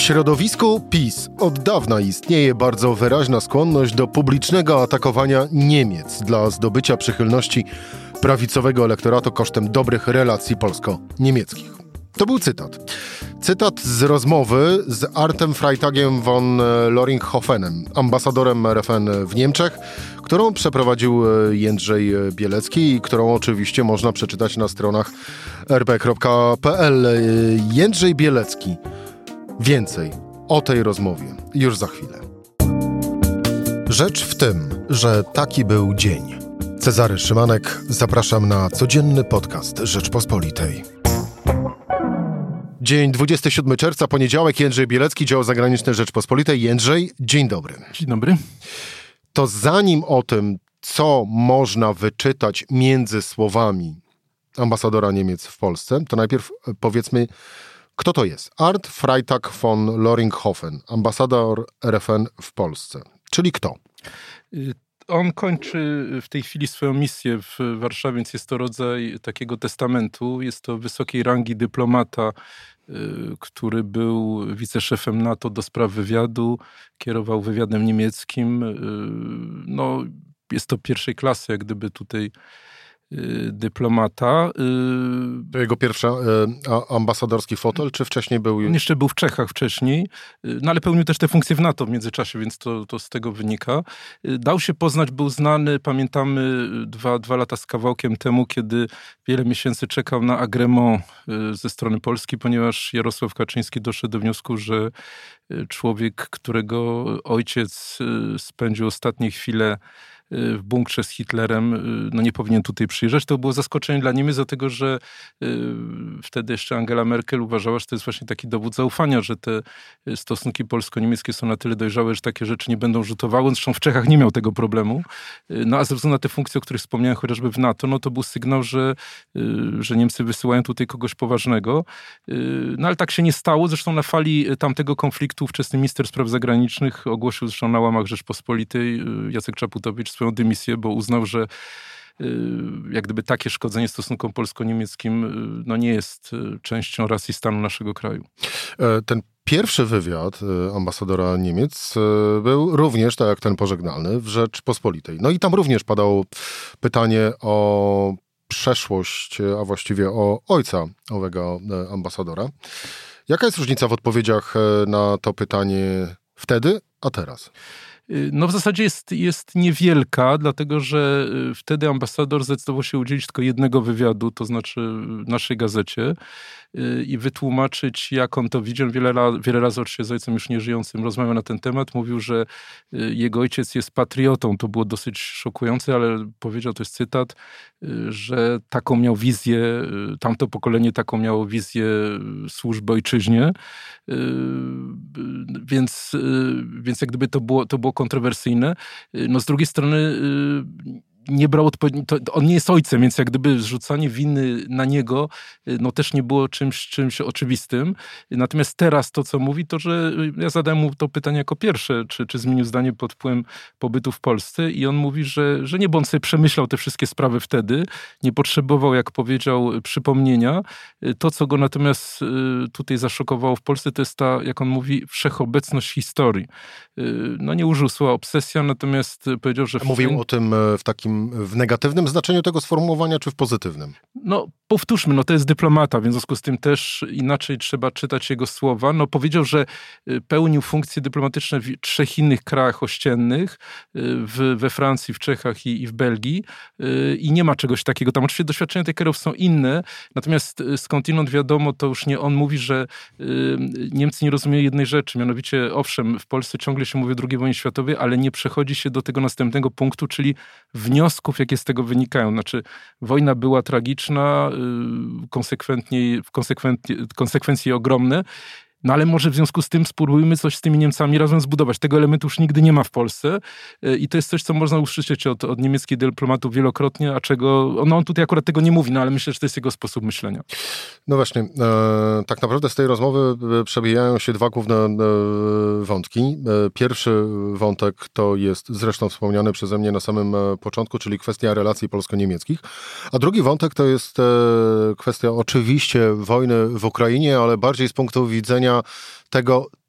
środowisku PiS od dawna istnieje bardzo wyraźna skłonność do publicznego atakowania Niemiec dla zdobycia przychylności prawicowego elektoratu kosztem dobrych relacji polsko-niemieckich. To był cytat. Cytat z rozmowy z Artem Freitagiem von Loringhofenem, ambasadorem RFN w Niemczech, którą przeprowadził Jędrzej Bielecki i którą oczywiście można przeczytać na stronach rp.pl. Jędrzej Bielecki. Więcej o tej rozmowie już za chwilę. Rzecz w tym, że taki był dzień. Cezary Szymanek, zapraszam na codzienny podcast Rzeczpospolitej. Dzień 27 czerwca, poniedziałek, Jędrzej Bielecki, dział zagraniczny Rzeczpospolitej. Jędrzej, dzień dobry. Dzień dobry. To zanim o tym, co można wyczytać między słowami ambasadora Niemiec w Polsce, to najpierw powiedzmy, kto to jest? Art Freitag von Loringhofen, ambasador RFN w Polsce. Czyli kto? On kończy w tej chwili swoją misję w Warszawie, więc jest to rodzaj takiego testamentu. Jest to wysokiej rangi dyplomata, który był wiceszefem NATO do spraw wywiadu, kierował wywiadem niemieckim. No, jest to pierwszej klasy, jak gdyby tutaj dyplomata. To jego pierwszy ambasadorski fotel, czy wcześniej był? On jeszcze był w Czechach wcześniej, no ale pełnił też te funkcje w NATO w międzyczasie, więc to z tego wynika. Dał się poznać, był znany, pamiętamy, dwa lata z kawałkiem temu, kiedy wiele miesięcy czekał na agreement ze strony Polski, ponieważ Jarosław Kaczyński doszedł do wniosku, że człowiek, którego ojciec spędził ostatnie chwile w bunkrze z Hitlerem, no nie powinien tutaj przyjeżdżać. To było zaskoczenie dla Niemiec, dlatego że wtedy jeszcze Angela Merkel uważała, że to jest właśnie taki dowód zaufania, że te stosunki polsko-niemieckie są na tyle dojrzałe, że takie rzeczy nie będą rzutowały. Zresztą w Czechach nie miał tego problemu. No a ze względu na te funkcje, o których wspomniałem, chociażby w NATO, no to był sygnał, że Niemcy wysyłają tutaj kogoś poważnego. No ale tak się nie stało. Zresztą na fali tamtego konfliktu ówczesny minister spraw zagranicznych ogłosił zresztą na łamach Rzeczpospolitej Jacek Czaputowicz swoją dymisję, bo uznał, że jak gdyby takie szkodzenie stosunkom polsko-niemieckim no nie jest częścią racji stanu naszego kraju. Ten pierwszy wywiad ambasadora Niemiec był również, tak jak ten pożegnalny, w Rzeczpospolitej. No i tam również padało pytanie o przeszłość, a właściwie o ojca owego ambasadora. Jaka jest różnica w odpowiedziach na to pytanie wtedy, a teraz? No w zasadzie jest niewielka, dlatego że wtedy ambasador zdecydował się udzielić tylko jednego wywiadu, to znaczy naszej gazecie, i wytłumaczyć, jak on to widzi. On wiele razy oczywiście z ojcem już nieżyjącym rozmawiał na ten temat. Mówił, że jego ojciec jest patriotą. To było dosyć szokujące, ale powiedział, to jest cytat, że taką miał wizję, tamto pokolenie taką miało wizję służby ojczyźnie. Więc jak gdyby to było kontrowersyjne. No z drugiej strony nie brał on nie jest ojcem, więc jak gdyby zrzucanie winy na niego no też nie było czymś oczywistym. Natomiast teraz to, co mówi, to, że ja zadałem mu to pytanie jako pierwsze, czy zmienił zdanie pod wpływem pobytu w Polsce, i on mówi, że nie, bo on sobie przemyślał te wszystkie sprawy wtedy, nie potrzebował, jak powiedział, przypomnienia. To, co go natomiast tutaj zaszokowało w Polsce, to jest ta, jak on mówi, wszechobecność historii. No nie użył słowa obsesja, natomiast powiedział, że... Mówił o tym w negatywnym znaczeniu tego sformułowania, czy w pozytywnym? No powtórzmy, no to jest dyplomata, więc w związku z tym też inaczej trzeba czytać jego słowa. No powiedział, że pełnił funkcje dyplomatyczne w 3 innych krajach ościennych, we Francji, w Czechach i w Belgii, i nie ma czegoś takiego. Tam oczywiście doświadczenia tych krajów są inne, natomiast skądinąd wiadomo, to już nie on mówi, że Niemcy nie rozumieją jednej rzeczy, mianowicie owszem, w Polsce ciągle się mówi o II wojnie światowej, ale nie przechodzi się do tego następnego punktu, czyli wniosków, jakie z tego wynikają. Znaczy, wojna była tragiczna, konsekwencje ogromne, no ale może w związku z tym spróbujmy coś z tymi Niemcami razem zbudować. Tego elementu już nigdy nie ma w Polsce i to jest coś, co można usłyszeć od niemieckich dyplomatów wielokrotnie, a czego... No on tutaj akurat tego nie mówi, no ale myślę, że to jest jego sposób myślenia. No właśnie, tak naprawdę z tej rozmowy przebijają się 2 główne wątki. Pierwszy wątek to jest zresztą wspomniany przeze mnie na samym początku, czyli kwestia relacji polsko-niemieckich, a drugi wątek to jest kwestia oczywiście wojny w Ukrainie, ale bardziej z punktu widzenia tego,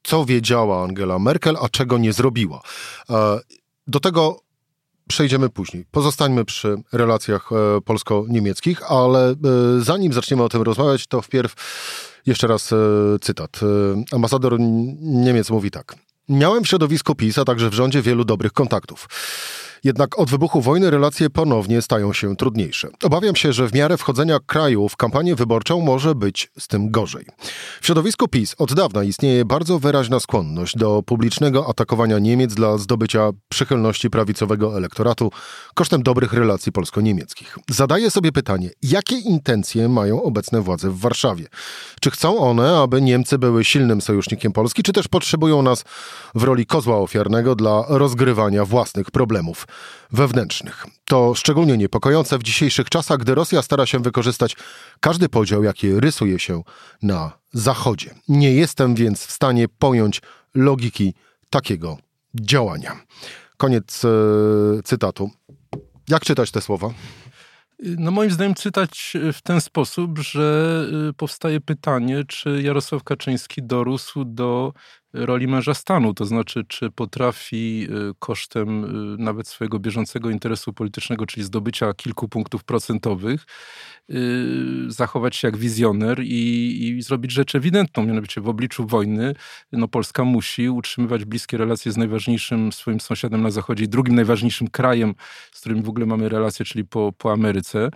co wiedziała Angela Merkel, a czego nie zrobiła. Do tego przejdziemy później. Pozostańmy przy relacjach polsko-niemieckich, ale zanim zaczniemy o tym rozmawiać, to wpierw jeszcze raz cytat. Ambasador Niemiec mówi tak. Miałem w środowisku PiS, a także w rządzie wielu dobrych kontaktów. Jednak od wybuchu wojny relacje ponownie stają się trudniejsze. Obawiam się, że w miarę wchodzenia kraju w kampanię wyborczą może być z tym gorzej. W środowisku PiS od dawna istnieje bardzo wyraźna skłonność do publicznego atakowania Niemiec dla zdobycia przychylności prawicowego elektoratu kosztem dobrych relacji polsko-niemieckich. Zadaję sobie pytanie, jakie intencje mają obecne władze w Warszawie? Czy chcą one, aby Niemcy były silnym sojusznikiem Polski, czy też potrzebują nas w roli kozła ofiarnego dla rozgrywania własnych problemów wewnętrznych? To szczególnie niepokojące w dzisiejszych czasach, gdy Rosja stara się wykorzystać każdy podział, jaki rysuje się na Zachodzie. Nie jestem więc w stanie pojąć logiki takiego działania. Koniec cytatu. Jak czytać te słowa? No moim zdaniem czytać w ten sposób, że powstaje pytanie, czy Jarosław Kaczyński dorósł do roli męża stanu, to znaczy, czy potrafi kosztem nawet swojego bieżącego interesu politycznego, czyli zdobycia kilku punktów procentowych, zachować się jak wizjoner i zrobić rzecz ewidentną, mianowicie w obliczu wojny Polska musi utrzymywać bliskie relacje z najważniejszym swoim sąsiadem na Zachodzie i drugim najważniejszym krajem, z którym w ogóle mamy relacje, czyli po Ameryce.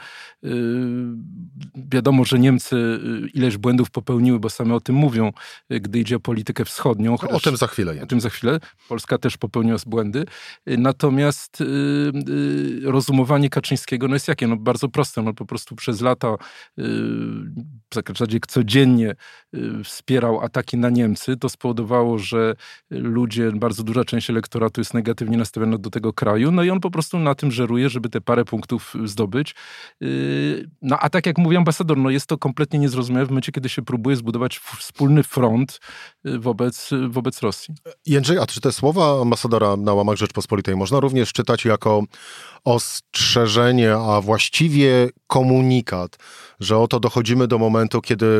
Wiadomo, że Niemcy ileś błędów popełniły, bo same o tym mówią, gdy idzie o politykę wschodnią. O tym za chwilę. O tym za chwilę. Polska też popełniła błędy. Natomiast rozumowanie Kaczyńskiego jest jakie? Bardzo proste. Po prostu przez lata w zasadzie codziennie wspierał ataki na Niemcy. To spowodowało, że bardzo duża część elektoratu jest negatywnie nastawiona do tego kraju. I on po prostu na tym żeruje, żeby te parę punktów zdobyć. A tak jak mówi ambasador, jest to kompletnie niezrozumiałe w momencie, kiedy się próbuje zbudować wspólny front wobec Rosji. Jędrzej, a czy te słowa ambasadora na łamach Rzeczpospolitej można również czytać jako ostrzeżenie, a właściwie komunikat, że oto dochodzimy do momentu, kiedy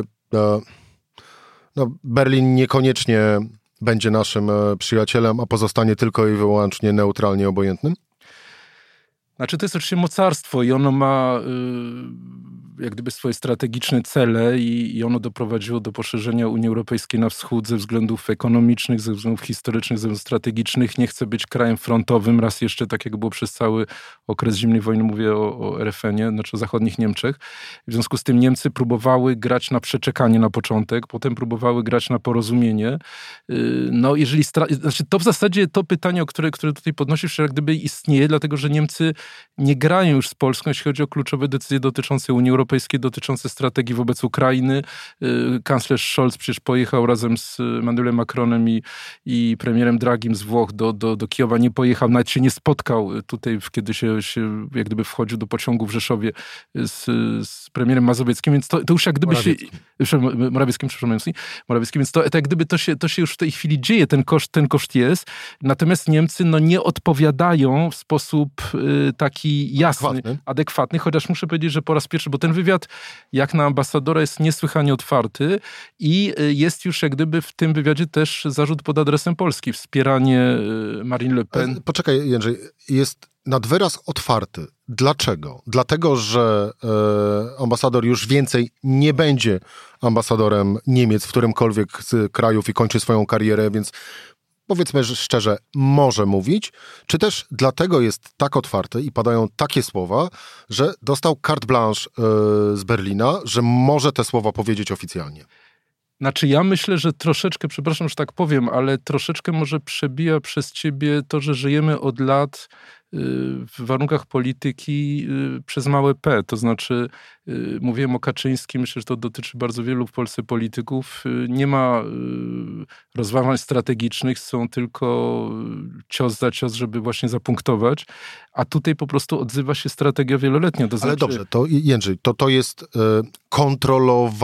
Berlin niekoniecznie będzie naszym przyjacielem, a pozostanie tylko i wyłącznie neutralnie obojętnym? To jest oczywiście mocarstwo i ono ma jak gdyby swoje strategiczne cele i ono doprowadziło do poszerzenia Unii Europejskiej na wschód ze względów ekonomicznych, ze względów historycznych, ze względów strategicznych. Nie chce być krajem frontowym, raz jeszcze tak jak było przez cały okres zimnej wojny, mówię o RFN-ie, o zachodnich Niemczech. W związku z tym Niemcy próbowały grać na przeczekanie na początek, potem próbowały grać na porozumienie. To w zasadzie to pytanie, które tutaj podnosisz, jak gdyby istnieje, dlatego że Niemcy nie grają już z Polską, jeśli chodzi o kluczowe decyzje dotyczące Unii Europejskiej, dotyczące strategii wobec Ukrainy. Kanclerz Scholz przecież pojechał razem z Emmanuelem Macronem i premierem Dragim z Włoch do Kijowa. Nie pojechał, nawet się nie spotkał tutaj, kiedy się jak gdyby wchodził do pociągu w Rzeszowie z premierem Mazowieckim, więc to już jak gdyby Morawieckim, więc to jak gdyby to się już w tej chwili dzieje, ten koszt jest. Natomiast Niemcy nie odpowiadają w sposób taki jasny, adekwatny, chociaż muszę powiedzieć, że po raz pierwszy, bo ten wywiad jak na ambasadora jest niesłychanie otwarty i jest już jak gdyby w tym wywiadzie też zarzut pod adresem Polski, wspieranie Marine Le Pen. Poczekaj, Jędrzej, jest nad wyraz otwarty. Dlaczego? Dlatego, że ambasador już więcej nie będzie ambasadorem Niemiec w którymkolwiek z krajów i kończy swoją karierę, więc powiedzmy że szczerze, może mówić, czy też dlatego jest tak otwarty i padają takie słowa, że dostał carte blanche z Berlina, że może te słowa powiedzieć oficjalnie? Ja myślę, że troszeczkę, przepraszam, że tak powiem, ale troszeczkę może przebija przez ciebie to, że żyjemy od lat w warunkach polityki przez małe p. To znaczy, mówiłem o Kaczyńskim, myślę, że to dotyczy bardzo wielu w Polsce polityków. Nie ma rozważań strategicznych, są tylko cios za cios, żeby właśnie zapunktować. A tutaj po prostu odzywa się strategia wieloletnia. To znaczy... Ale dobrze, to Jędrzej, to jest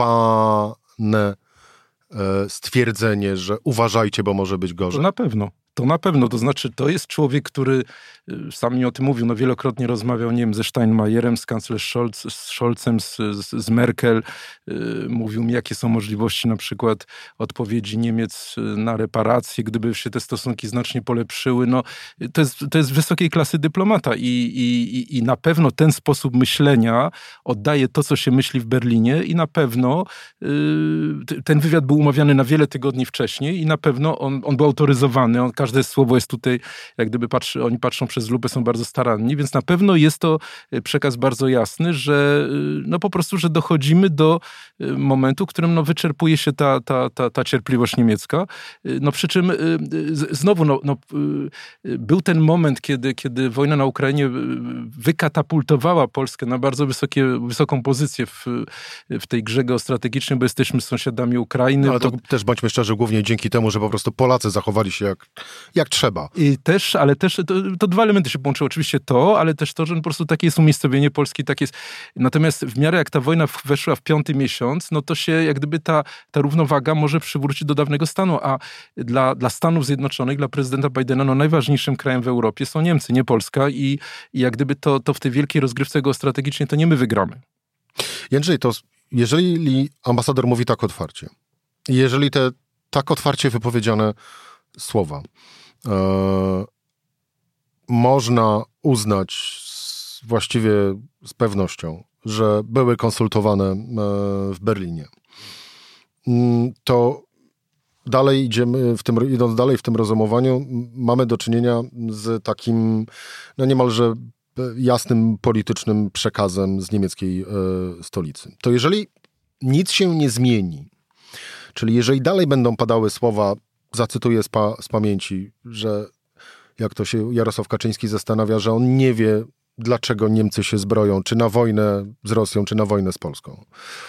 kontrolowane stwierdzenie, że uważajcie, bo może być gorzej. To na pewno. To na pewno, to znaczy to jest człowiek, który sam mi o tym mówił, no wielokrotnie rozmawiał, nie wiem, ze Steinmeierem, z kanclerz Scholzem, z Merkel. Mówił mi, jakie są możliwości na przykład odpowiedzi Niemiec na reparacje, gdyby się te stosunki znacznie polepszyły. No, to jest wysokiej klasy dyplomata i na pewno ten sposób myślenia oddaje to, co się myśli w Berlinie i na pewno ten wywiad był umawiany na wiele tygodni wcześniej i na pewno on był autoryzowany. Każde słowo jest tutaj, jak gdyby oni patrzą przez lupę, są bardzo staranni, więc na pewno jest to przekaz bardzo jasny, że no po prostu, że dochodzimy do momentu, w którym no wyczerpuje się ta cierpliwość niemiecka. No przy czym znowu był ten moment, kiedy wojna na Ukrainie wykatapultowała Polskę na bardzo wysoką pozycję w tej grze geostrategicznej, bo jesteśmy sąsiadami Ukrainy. No, ale to też bądźmy szczerzy, głównie dzięki temu, że po prostu Polacy zachowali się jak trzeba. Ale też to dwa elementy się połączyły. Oczywiście to, ale też to, że po prostu takie jest umiejscowienie Polski, tak jest. Natomiast w miarę jak ta wojna weszła w 5. miesiąc, no to się jak gdyby ta równowaga może przywrócić do dawnego stanu, a dla Stanów Zjednoczonych, dla prezydenta Bidena, no najważniejszym krajem w Europie są Niemcy, nie Polska i jak gdyby to w tej wielkiej rozgrywce geostrategicznej to nie my wygramy. Jędrzej, to jeżeli ambasador mówi tak otwarcie, jeżeli te tak otwarcie wypowiedziane słowa można uznać właściwie z pewnością, że były konsultowane w Berlinie, to dalej idąc dalej w tym rozumowaniu, mamy do czynienia z takim no niemalże jasnym politycznym przekazem z niemieckiej stolicy. To jeżeli nic się nie zmieni, czyli jeżeli dalej będą padały słowa, zacytuję z pamięci, że jak to się Jarosław Kaczyński zastanawia, że on nie wie, dlaczego Niemcy się zbroją, czy na wojnę z Rosją, czy na wojnę z Polską,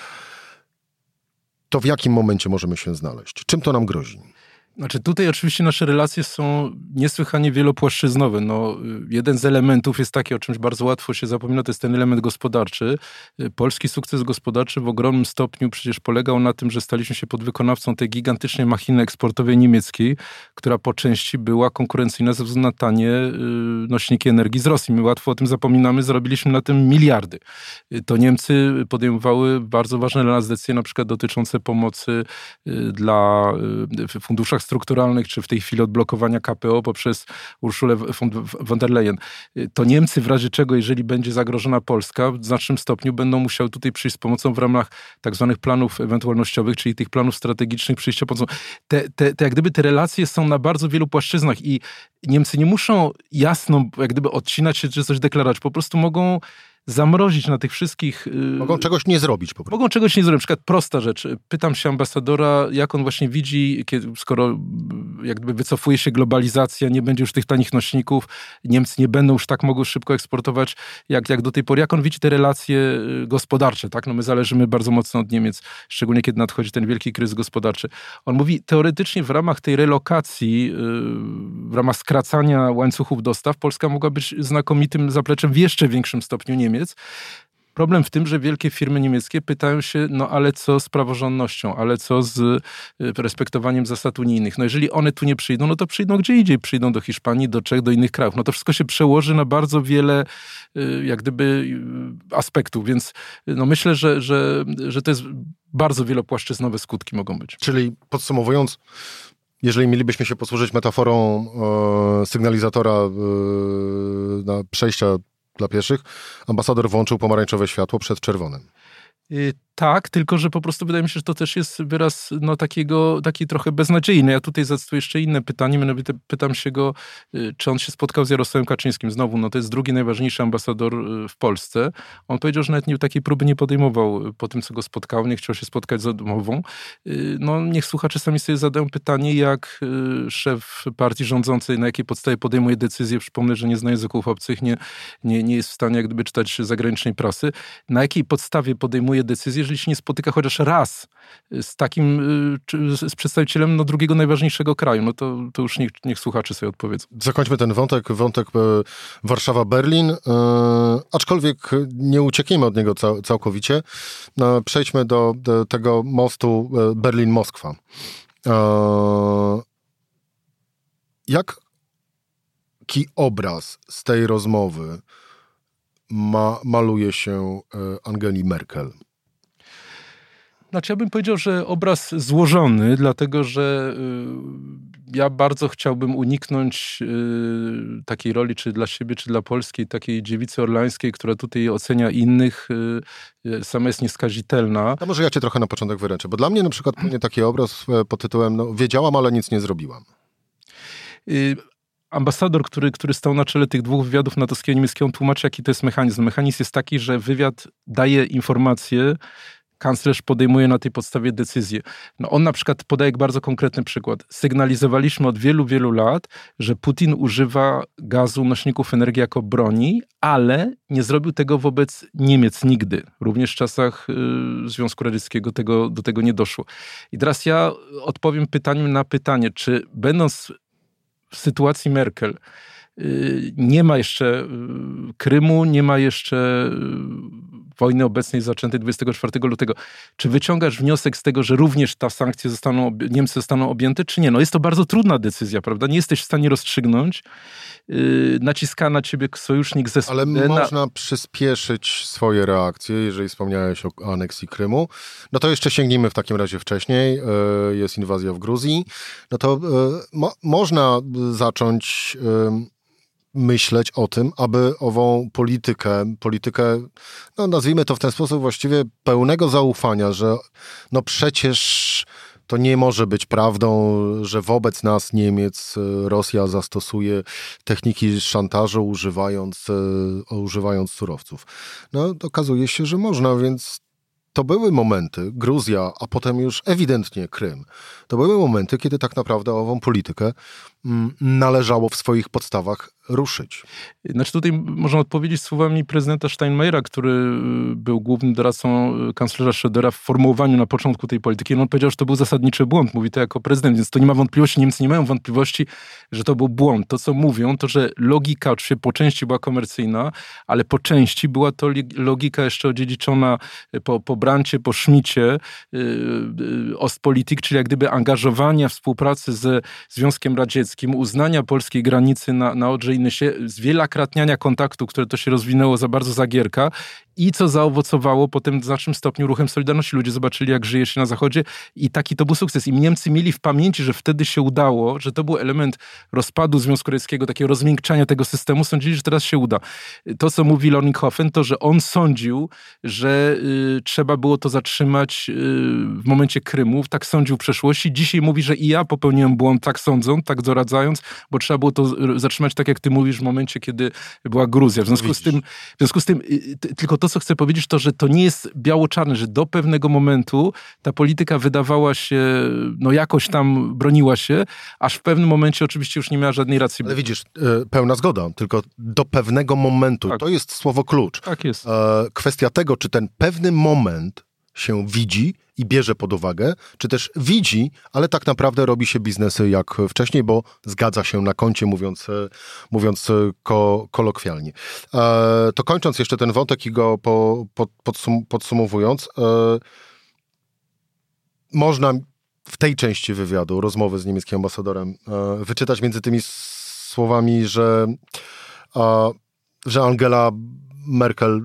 to w jakim momencie możemy się znaleźć? Czym to nam grozi? Znaczy tutaj oczywiście nasze relacje są niesłychanie wielopłaszczyznowe. No, jeden z elementów jest taki, o czymś bardzo łatwo się zapomina, to jest ten element gospodarczy. Polski sukces gospodarczy w ogromnym stopniu przecież polegał na tym, że staliśmy się podwykonawcą tej gigantycznej machiny eksportowej niemieckiej, która po części była konkurencyjna ze względu na tanie nośniki energii z Rosji. My łatwo o tym zapominamy, zarobiliśmy na tym miliardy. To Niemcy podejmowały bardzo ważne dla nas decyzje, na przykład dotyczące pomocy dla funduszach strukturalnych, czy w tej chwili odblokowania KPO poprzez Urszulę von der Leyen. To Niemcy w razie czego, jeżeli będzie zagrożona Polska, w znacznym stopniu będą musiały tutaj przyjść z pomocą w ramach tak zwanych planów ewentualnościowych, czyli tych planów strategicznych przyjścia pomocą. Jak gdyby te relacje są na bardzo wielu płaszczyznach i Niemcy nie muszą jasno jak gdyby odcinać się, czy coś deklarować. Po prostu mogą zamrozić na tych wszystkich... Mogą czegoś nie zrobić po prostu. Mogą czegoś nie zrobić. Na przykład prosta rzecz. Pytam się ambasadora, jak on właśnie widzi, skoro jak gdyby wycofuje się globalizacja, nie będzie już tych tanich nośników, Niemcy nie będą już tak mogły szybko eksportować, jak do tej pory. Jak on widzi te relacje gospodarcze, tak? No my zależymy bardzo mocno od Niemiec, szczególnie kiedy nadchodzi ten wielki kryzys gospodarczy. On mówi, teoretycznie w ramach tej relokacji, w ramach skracania łańcuchów dostaw, Polska mogła być znakomitym zapleczem w jeszcze większym stopniu Niemiec. Problem w tym, że wielkie firmy niemieckie pytają się, no ale co z praworządnością, ale co z respektowaniem zasad unijnych. No jeżeli one tu nie przyjdą, no to przyjdą gdzie indziej. Przyjdą do Hiszpanii, do Czech, do innych krajów. No to wszystko się przełoży na bardzo wiele jak gdyby aspektów, więc no myślę, że to jest bardzo wielopłaszczyznowe skutki mogą być. Czyli podsumowując, jeżeli mielibyśmy się posłużyć metaforą sygnalizatora na przejścia dla pieszych, ambasador włączył pomarańczowe światło przed czerwonym. Tak, tylko że po prostu wydaje mi się, że to też jest wyraz no, taki trochę beznadziejny. Ja tutaj zacytuję jeszcze inne pytanie, mianowicie pytam się go, czy on się spotkał z Jarosławem Kaczyńskim. Znowu, no to jest drugi najważniejszy ambasador w Polsce. On powiedział, że nawet takiej próby nie podejmował po tym, co go spotkało, nie chciał się spotkać z odmową. No niech słuchacze sami sobie zadają pytanie, jak szef partii rządzącej, na jakiej podstawie podejmuje decyzje. Przypomnę, że nie zna języków obcych, nie jest w stanie jak gdyby czytać zagranicznej prasy. Na jakiej podstawie podejmuje decyzję, jeżeli się nie spotyka chociaż raz z takim, z przedstawicielem no, drugiego najważniejszego kraju, no to już niech słuchacze sobie odpowiedzą. Zakończmy ten wątek Warszawa-Berlin, aczkolwiek nie uciekniemy od niego całkowicie. Przejdźmy do tego mostu Berlin-Moskwa. Jaki obraz z tej rozmowy maluje się Angeli Merkel? Znaczy, ja bym powiedział, że obraz złożony, dlatego że ja bardzo chciałbym uniknąć takiej roli, czy dla siebie, czy dla Polski, takiej dziewicy orlańskiej, która tutaj ocenia innych, sama jest nieskazitelna. To może ja cię trochę na początek wyręczę, bo dla mnie na przykład płynie taki obraz pod tytułem wiedziałam, ale nic nie zrobiłam. Ambasador, który stał na czele tych dwóch wywiadów natowskiego i niemieckiego, tłumaczy, jaki to jest mechanizm. Mechanizm jest taki, że wywiad daje informacje, kanclerz podejmuje na tej podstawie decyzję. On na przykład podaje bardzo konkretny przykład. Sygnalizowaliśmy od wielu, wielu lat, że Putin używa gazu, nośników energii jako broni, ale nie zrobił tego wobec Niemiec nigdy. Również w czasach Związku Radzieckiego do tego nie doszło. I teraz ja odpowiem pytaniem na pytanie, czy będąc w sytuacji Merkel nie ma jeszcze Krymu, nie ma jeszcze wojny obecnej zaczętej 24 lutego. Czy wyciągasz wniosek z tego, że również ta sankcje Niemcy zostaną objęte, czy nie? Jest to bardzo trudna decyzja, prawda? Nie jesteś w stanie rozstrzygnąć. Naciska na ciebie sojusznik ze... Ale można przyspieszyć swoje reakcje, jeżeli wspomniałeś o aneksji Krymu. No to jeszcze sięgnijmy w takim razie wcześniej. Jest inwazja w Gruzji. No to można zacząć myśleć o tym, aby ową politykę, no nazwijmy to w ten sposób właściwie pełnego zaufania, że no przecież to nie może być prawdą, że wobec nas Niemiec, Rosja zastosuje techniki szantażu używając surowców. No okazuje się, że można, więc to były momenty, Gruzja, a potem już ewidentnie Krym, to były momenty, kiedy tak naprawdę ową politykę należało w swoich podstawach ruszyć. Znaczy tutaj można odpowiedzieć słowami prezydenta Steinmeiera, który był głównym doradcą kanclerza Schrödera w formułowaniu na początku tej polityki. On powiedział, że to był zasadniczy błąd. Mówi to jako prezydent, więc to nie ma wątpliwości. Niemcy nie mają wątpliwości, że to był błąd. To, co mówią, to, że logika oczywiście po części była komercyjna, ale po części była to logika jeszcze odziedziczona po Brandcie, po Schmidcie, Ostpolitik, czyli jak gdyby angażowania współpracy ze Związkiem Radzieckim, uznania polskiej granicy na Odrze i Nysie, zwielokrotniania kontaktu, które to się rozwinęło za bardzo za Gierka i co zaowocowało potem w znacznym stopniu ruchem Solidarności. Ludzie zobaczyli, jak żyje się na Zachodzie i taki to był sukces. I Niemcy mieli w pamięci, że wtedy się udało, że to był element rozpadu Związku Radzieckiego, takiego rozmiękczania tego systemu. Sądzili, że teraz się uda. To, co mówi Loninghofen, to, że on sądził, że trzeba było to zatrzymać w momencie Krymu. Tak sądził w przeszłości. Dzisiaj mówi, że i ja popełniłem błąd, tak sądząc, tak doradzając, bo trzeba było to zatrzymać, tak jak ty mówisz, w momencie, kiedy była Gruzja. W związku z tym tylko to, co chcę powiedzieć, to, że to nie jest biało-czarne, że do pewnego momentu ta polityka wydawała się, no jakoś tam broniła się, aż w pewnym momencie oczywiście już nie miała żadnej racji. Ale widzisz, pełna zgoda, tylko do pewnego momentu. Tak. To jest słowo klucz. Tak jest. Kwestia tego, czy ten pewny moment się widzi i bierze pod uwagę, czy też widzi, ale tak naprawdę robi się biznesy jak wcześniej, bo zgadza się na koncie, mówiąc kolokwialnie. To kończąc jeszcze ten wątek i go podsumowując, można w tej części wywiadu, rozmowy z niemieckim ambasadorem, wyczytać między tymi słowami, że Angela Merkel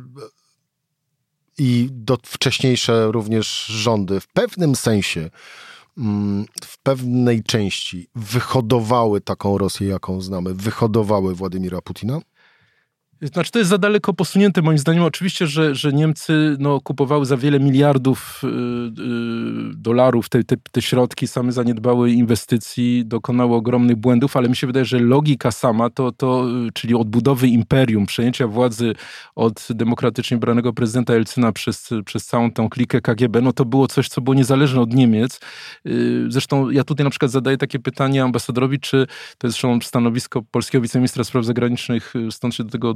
i wcześniejsze również rządy w pewnym sensie, w pewnej części wyhodowały taką Rosję, jaką znamy, wyhodowały Władimira Putina? Znaczy to jest za daleko posunięte moim zdaniem. Oczywiście, że Niemcy kupowały za wiele miliardów dolarów te środki, same zaniedbały inwestycji, dokonały ogromnych błędów, ale mi się wydaje, że logika sama, czyli odbudowy imperium, przejęcia władzy od demokratycznie wybranego prezydenta Jelcyna przez całą tę klikę KGB, no to było coś, co było niezależne od Niemiec. Zresztą ja tutaj na przykład zadaję takie pytanie ambasadorowi, czy to jest zresztą stanowisko polskiego wiceministra spraw zagranicznych, stąd się do tego odwołuje,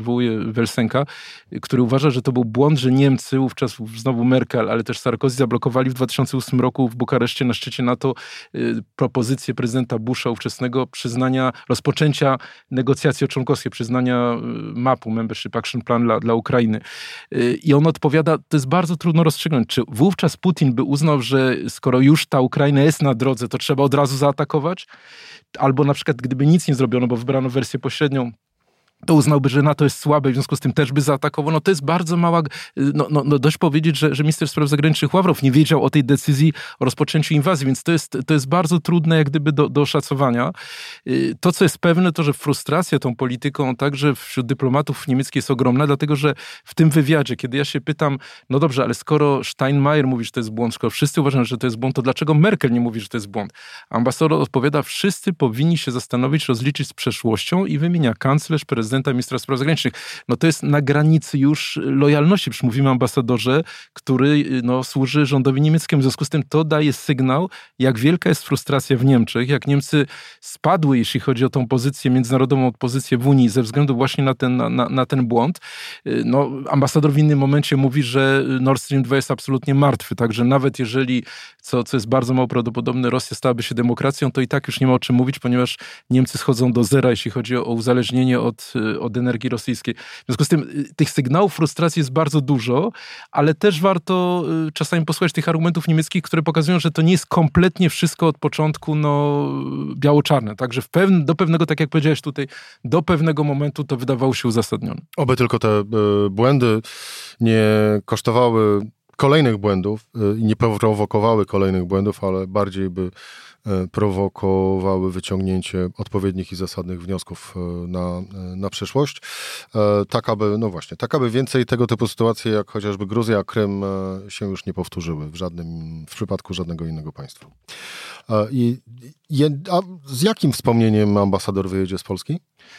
przywołuje Welsenka, który uważa, że to był błąd, że Niemcy, wówczas znowu Merkel, ale też Sarkozy zablokowali w 2008 roku w Bukareszcie na szczycie NATO propozycję prezydenta Busha ówczesnego rozpoczęcia negocjacji o członkostwie, przyznania MAP-u, Membership Action Plan dla Ukrainy. I on odpowiada, to jest bardzo trudno rozstrzygnąć, czy wówczas Putin by uznał, że skoro już ta Ukraina jest na drodze, to trzeba od razu zaatakować? Albo na przykład gdyby nic nie zrobiono, bo wybrano wersję pośrednią, to uznałby, że NATO jest słabe i w związku z tym też by zaatakował. No to jest bardzo mała... dość powiedzieć, że minister spraw zagranicznych Ławrow nie wiedział o tej decyzji o rozpoczęciu inwazji, więc to jest bardzo trudne jak gdyby do oszacowania. To, co jest pewne, to, że frustracja tą polityką także wśród dyplomatów niemieckich jest ogromna, dlatego, że w tym wywiadzie, kiedy ja się pytam, no dobrze, ale skoro Steinmeier mówi, że to jest błąd, skoro wszyscy uważają, że to jest błąd, to dlaczego Merkel nie mówi, że to jest błąd? Ambasador odpowiada, wszyscy powinni się zastanowić, rozliczyć z przeszłością i wymienia kanclerz, prezydenta, ministra spraw zagranicznych. No to jest na granicy już lojalności. Przecież mówimy o ambasadorze, który służy rządowi niemieckiemu. W związku z tym to daje sygnał, jak wielka jest frustracja w Niemczech, jak Niemcy spadły, jeśli chodzi o tą pozycję, międzynarodową pozycję w Unii ze względu właśnie na ten błąd. No, ambasador w innym momencie mówi, że Nord Stream 2 jest absolutnie martwy. Także nawet jeżeli, co jest bardzo mało prawdopodobne, Rosja stałaby się demokracją, to i tak już nie ma o czym mówić, ponieważ Niemcy schodzą do zera, jeśli chodzi o uzależnienie od energii rosyjskiej. W związku z tym tych sygnałów frustracji jest bardzo dużo, ale też warto czasami posłuchać tych argumentów niemieckich, które pokazują, że to nie jest kompletnie wszystko od początku biało-czarne. Także do pewnego, tak jak powiedziałeś tutaj, do pewnego momentu to wydawało się uzasadnione. Oby tylko te błędy nie kosztowały kolejnych błędów i nie prowokowały kolejnych błędów, ale bardziej by prowokowały wyciągnięcie odpowiednich i zasadnych wniosków na przyszłość. Tak aby więcej tego typu sytuacji, jak chociażby Gruzja, Krym, się już nie powtórzyły w przypadku żadnego innego państwa. A z jakim wspomnieniem ambasador wyjedzie z Polski?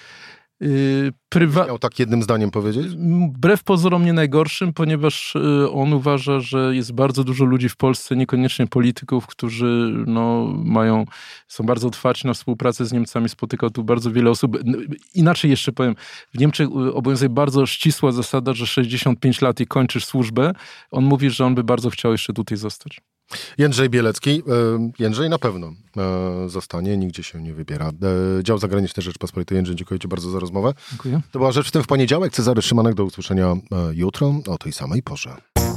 Miał tak jednym zdaniem powiedzieć? Wbrew pozorom nie najgorszym, ponieważ on uważa, że jest bardzo dużo ludzi w Polsce, niekoniecznie polityków, którzy są bardzo otwarci na współpracę z Niemcami. Spotykał tu bardzo wiele osób. Inaczej jeszcze powiem, w Niemczech obowiązuje bardzo ścisła zasada, że 65 lat i kończysz służbę. On mówi, że on by bardzo chciał jeszcze tutaj zostać. Jędrzej Bielecki. Jędrzej na pewno zostanie, nigdzie się nie wybiera. Dział Zagraniczny Rzeczpospolitej. Jędrzej, dziękuję Ci bardzo za rozmowę. Dziękuję. To była Rzecz w tym w poniedziałek. Cezary Szymanek, do usłyszenia jutro o tej samej porze.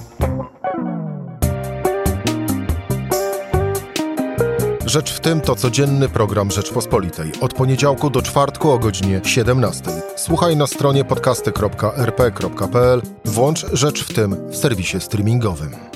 Rzecz w tym to codzienny program Rzeczpospolitej. Od poniedziałku do czwartku o godzinie 17. Słuchaj na stronie podcasty.rp.pl. Włącz Rzecz w tym w serwisie streamingowym.